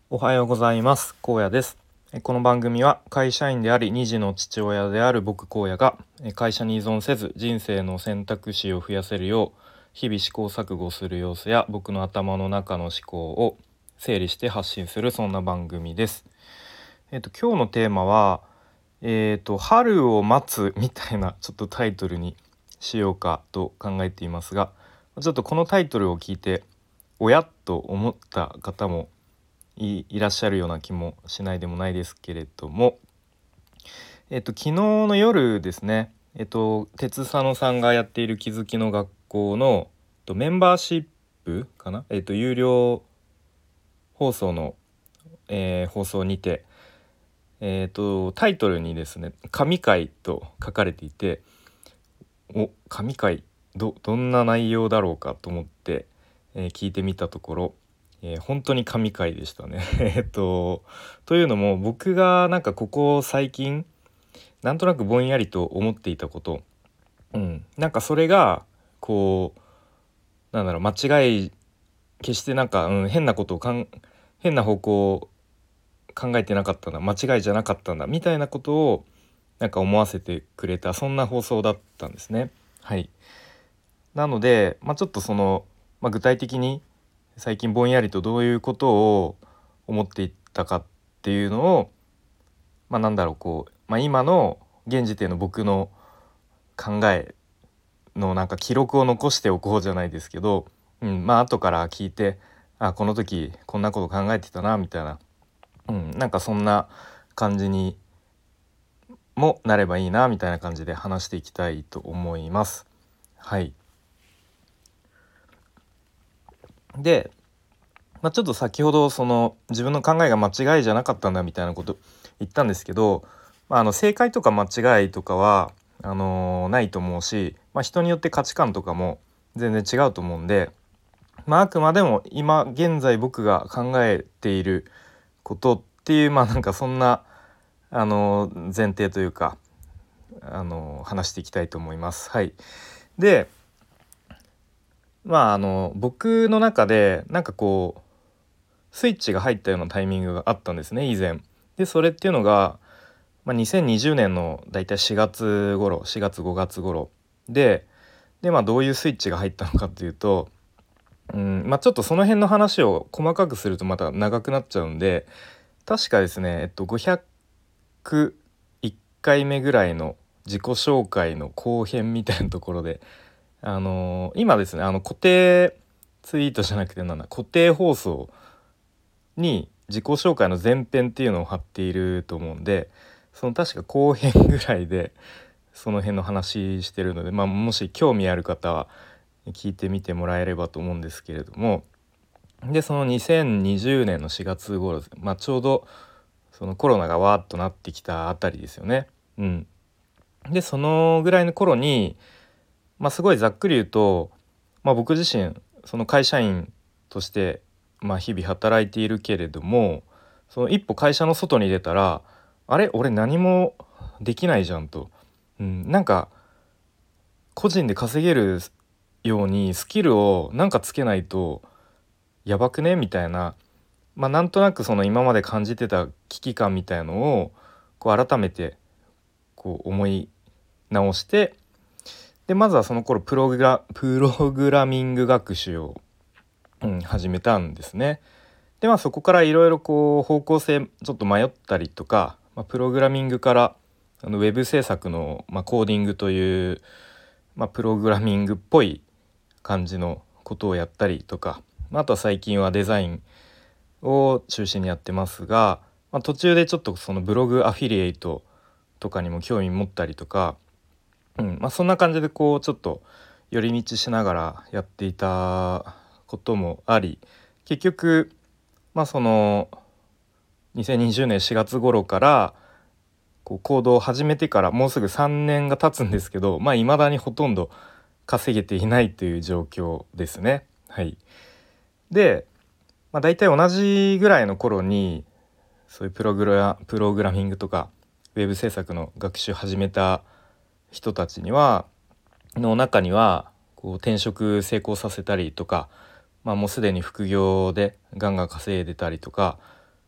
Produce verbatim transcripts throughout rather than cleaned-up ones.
おはようございます。荒野です。この番組は会社員でありに児の父親である僕荒野が会社に依存せず人生の選択肢を増やせるよう日々試行錯誤する様子や僕の頭の中の思考を整理して発信するそんな番組です。えっと今日のテーマはえっと春を待つみたいなちょっとタイトルにしようかと考えていますが、ちょっとこのタイトルを聞いておやっと思った方もい、いらっしゃるような気もしないでもないですけれども、えっと昨日の夜ですね、えっと鉄佐野さんがやっている気づきの学校のとメンバーシップかな、えっと有料放送の、えー放送にて、えっとタイトルにですね神回と書かれていて、お神回 ど, どんな内容だろうかと思って、えー聞いてみたところ、えー本当に神回でしたねえっとというのも僕がなんかここ最近なんとなくぼんやりと思っていたこと、うん、なんかそれがこうなんだろう間違い決してなんか、うん、変なことをかん変な方向を考えてなかったんだ、間違いじゃなかったんだみたいなことをなんか思わせてくれたそんな放送だったんですね。はい。なので、まあ、ちょっとその、まあ、具体的に最近ぼんやりとどういうことを思っていったかっていうのを、まあ、なんだろうこう、まあ、今の現時点の僕の考えのなんか記録を残しておこうじゃないですけど、うん、まあ後から聞いて、あこの時こんなこと考えてたなみたいな、うん、なんかそんな感じにもなればいいなみたいな感じで話していきたいと思います。はい。で、まあ、ちょっと先ほどその自分の考えが間違いじゃなかったんだみたいなこと言ったんですけど、まあ、あの正解とか間違いとかはあのーないと思うし、まあ、人によって価値観とかも全然違うと思うんで、まあ、あくまでも今現在僕が考えていることっていうまあなんかそんなあのー前提というかあのー話していきたいと思います。はい。で、まああの僕の中でなんかこうスイッチが入ったようなタイミングがあったんですね以前。でそれっていうのが、まあ、にせんにじゅうねんのだいたいしがつ頃しがつごがつ頃でで、まあ、どういうスイッチが入ったのかというと、うんまあ、ちょっとその辺の話を細かくするとまた長くなっちゃうんで、確かですね、えっと、ごひゃくいっかいめぐらいの自己紹介の後編みたいなところで、あのー今ですねあの固定ツイートじゃなくてなんだ固定放送に自己紹介の前編っていうのを貼っていると思うんで、その確か後編ぐらいでその辺の話してるので、まあ、もし興味ある方は聞いてみてもらえればと思うんですけれども、でそのにせんにじゅうねんのしがつ頃、まあ、ちょうどそのコロナがわーっとなってきたあたりですよね。うん、でそのぐらいの頃に、まあ、すごいざっくり言うと、まあ、僕自身その会社員として、まあ、日々働いているけれども、その一歩会社の外に出たらあれ俺何もできないじゃんと、うん、なんか個人で稼げるようにスキルをなんかつけないとやばくねみたいな、まあ、なんとなくその今まで感じてた危機感みたいのをこう改めてこう思い直して、でまずはその頃プログラ、プログラミング学習を、うん、始めたんですね。でまあそこからいろいろこう方向性ちょっと迷ったりとか、まあ、プログラミングからあのウェブ制作の、まあ、コーディングという、まあ、プログラミングっぽい感じのことをやったりとか、まあ、あとは最近はデザインを中心にやってますが、まあ、途中でちょっとそのブログアフィリエイトとかにも興味持ったりとか、うんまあ、そんな感じでこうちょっと寄り道しながらやっていたこともあり、結局まあそのにせんにじゅうねんしがつ頃からこう行動を始めてからもうすぐさんねんが経つんですけど、まあ未だにほとんど稼げていないという状況ですね。はい。で、まあ、大体同じぐらいの頃にそういうプログラ、プログラミングとかウェブ制作の学習始めた人たちにはの中にはこう転職成功させたりとか、まあ、もうすでに副業でガンガン稼いでたりとか、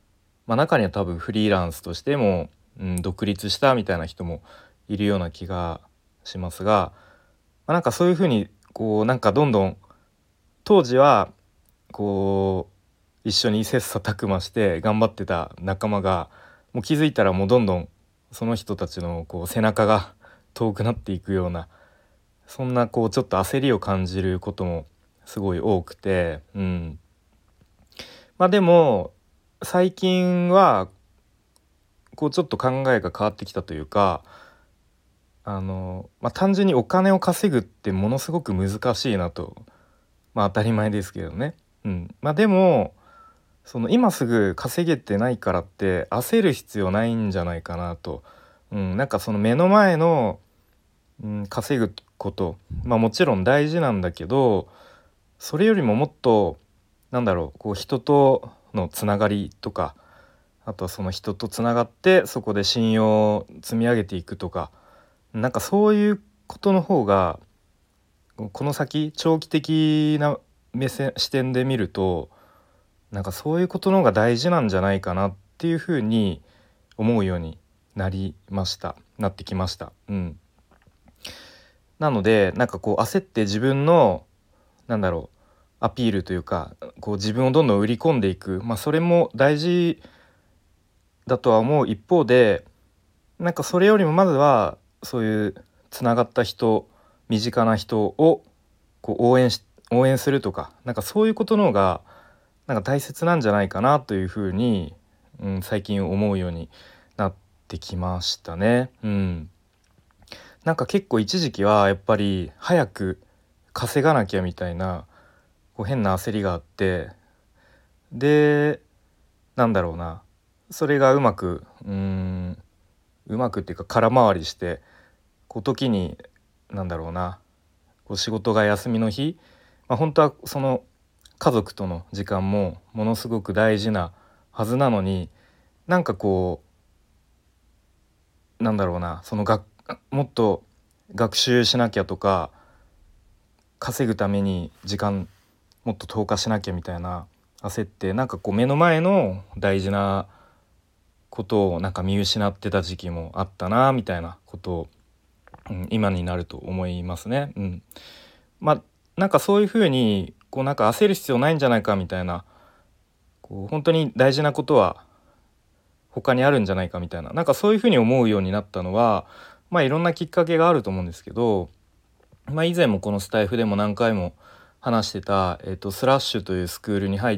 まあ、中には多分フリーランスとしても、うん、独立したみたいな人もいるような気がしますが、まあ、なんかそういうふうにこうなんかどんどん当時はこう一緒に切磋琢磨して頑張ってた仲間がもう気づいたらもうどんどんその人たちのこう背中が遠くなっていくような、そんなこうちょっと焦りを感じることもすごい多くて、うん、まあでも最近はこうちょっと考えが変わってきたというか、あの、まあ、単純にお金を稼ぐってものすごく難しいなと、まあ当たり前ですけどね。うん、まあでもその今すぐ稼げてないからって焦る必要ないんじゃないかなと、うん、なんかその目の前の、うん、稼ぐこと、まあもちろん大事なんだけど、それよりももっとなんだろう、こう人とのつながりとか、あとはその人とつながってそこで信用を積み上げていくとか、なんかそういうことの方がこの先長期的な目線視点で見るとなんかそういうことの方が大事なんじゃないかなっていうふうに思うようになりましたなってきました。うん、なのでなんかこう焦って自分のなんだろうアピールというかこう自分をどんどん売り込んでいく、まあ、それも大事だとは思う一方で、なんかそれよりもまずはそういうつながった人、身近な人をこう応援し応援するとか、なんかそういうことの方がなんか大切なんじゃないかなというふうに、うん、最近思うようになってきましたね。うん、なんか結構一時期はやっぱり早く稼がなきゃみたいなこう変な焦りがあって、でなんだろうな、それがうまくうーんうまくっていうか空回りして、こう時になんだろうな、こう仕事が休みの日、まあ、本当はその家族との時間もものすごく大事なはずなのに、なんかこうなんだろうな、そのがもっと学習しなきゃとか稼ぐために時間もっと投下しなきゃみたいな焦って、なんかこう目の前の大事なことをなんか見失ってた時期もあったなみたいなことを、うん、今になると思いますね。うん、まあなんかそういうふうにこうなんか焦る必要ないんじゃないかみたいな、こう本当に大事なことは他にあるんじゃないかみたいな、なんかそういうふうに思うようになったのは、まあいろんなきっかけがあると思うんですけど、まあ、以前もこのスタイフでも何回も話してた、えーと、スラッシュというスクールに入って、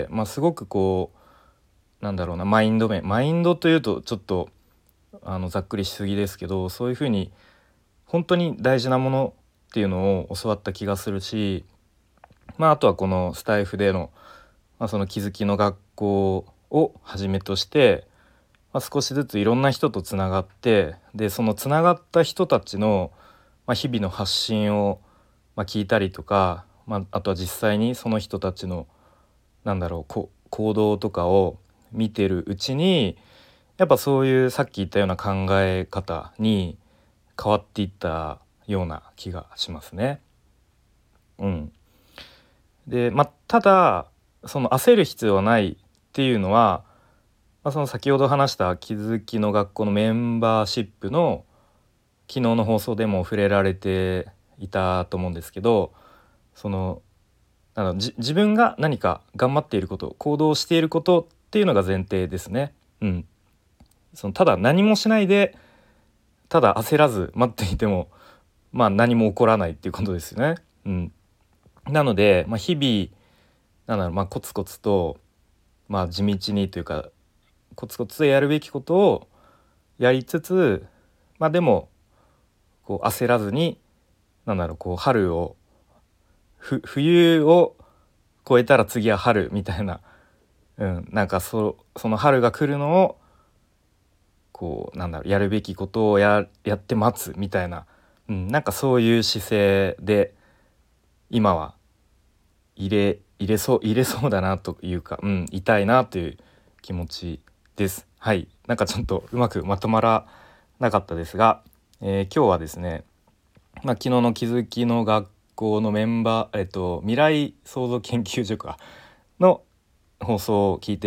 まあ、すごくこうなんだろうな、マインド面マインドというとちょっとあのざっくりしすぎですけど、そういうふうに本当に大事なものっていうのを教わった気がするし、まあ、あとはこのスタイフでの、まあ、その気づきの学校をはじめとして、まあ、少しずついろんな人とつながって、でそのつながった人たちの、まあ、日々の発信を、まあ、聞いたりとか、まあ、あとは実際にその人たちのなんだろうこ行動とかを見てるうちに、やっぱそういうさっき言ったような考え方に変わっていったような気がしますね。うん、で、まあ、ただその焦る必要はないっていうのは、まあ、その先ほど話した気づきの学校のメンバーシップの昨日の放送でも触れられていたと思うんですけど、そのあのじ自分が何か頑張っていること行動していることっていうのが前提ですね。うん、そのただ何もしないでただ焦らず待っていてもまあ何も起こらないっていうことですよね。うん、なので、まあ、日々なんだろう、まあ、コツコツと、まあ、地道にというかコツコツとやるべきことをやりつつ、まあでもこう焦らずに、なんだろう、こう春をふ冬を越えたら次は春みたいな、うん、なんかそその春が来るのをこうなんだろう、やるべきことをややって待つみたいな、うん、なんかそういう姿勢で今は入れ入れそう入れそうだなというか、うん、いたいなという気持ちです。はい、なんかちょっとうまくまとまらなかったですが、えー今日はですね、まあ、昨日の気づきの学校のメンバー、えっと、未来創造研究所かの放送を聞いて、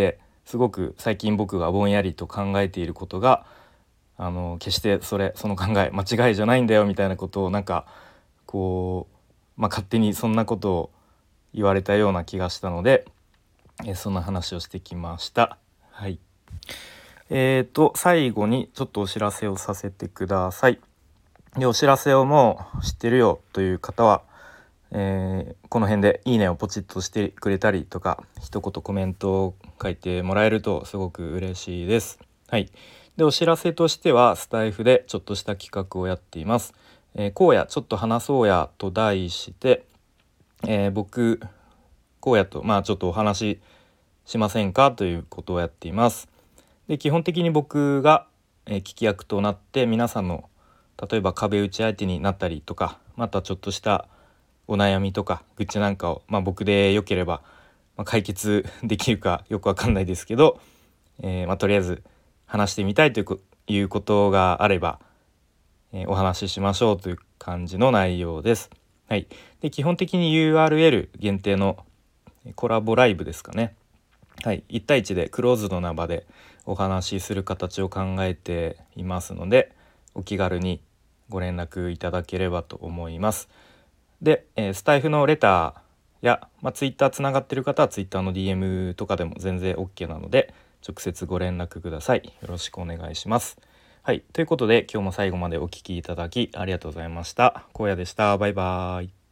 すごく最近僕がぼんやりと考えていることがあの決してそれその考え間違いじゃないんだよみたいなことをなんかこう、まあ、勝手にそんなことを言われたような気がしたので、えそんな話をしてきました。はい。えーと最後にちょっとお知らせをさせてください。でお知らせをもう知ってるよという方は、えーこの辺でいいねをポチッとしてくれたりとか一言コメントを書いてもらえるとすごく嬉しいです。はい。でお知らせとしてはスタイフでちょっとした企画をやっています。えー、こうやちょっと話そうやと題して、えー僕荒野とまあちょっとお話ししませんかということをやっています。で基本的に僕が、えー聞き役となって皆さんの例えば壁打ち相手になったりとか、またちょっとしたお悩みとか愚痴なんかを、まあ、僕でよければ、まあ、解決できるかよくわかんないですけど、えーまあ、とりあえず話してみたいというこいうことがあれば、えーお話ししましょうという感じの内容です。はい。で基本的に ユーアールエル 限定のコラボライブですかね。はい、いち対いちでクローズドな場でお話しする形を考えていますので、お気軽にご連絡いただければと思います。で、えースタイフのレターや、まあ、ツイッターつながってる方はツイッターの ディーエム とかでも全然 OK なので直接ご連絡ください。よろしくお願いします。はい、ということで今日も最後までお聞きいただきありがとうございました。荒野でした。バイバーイ。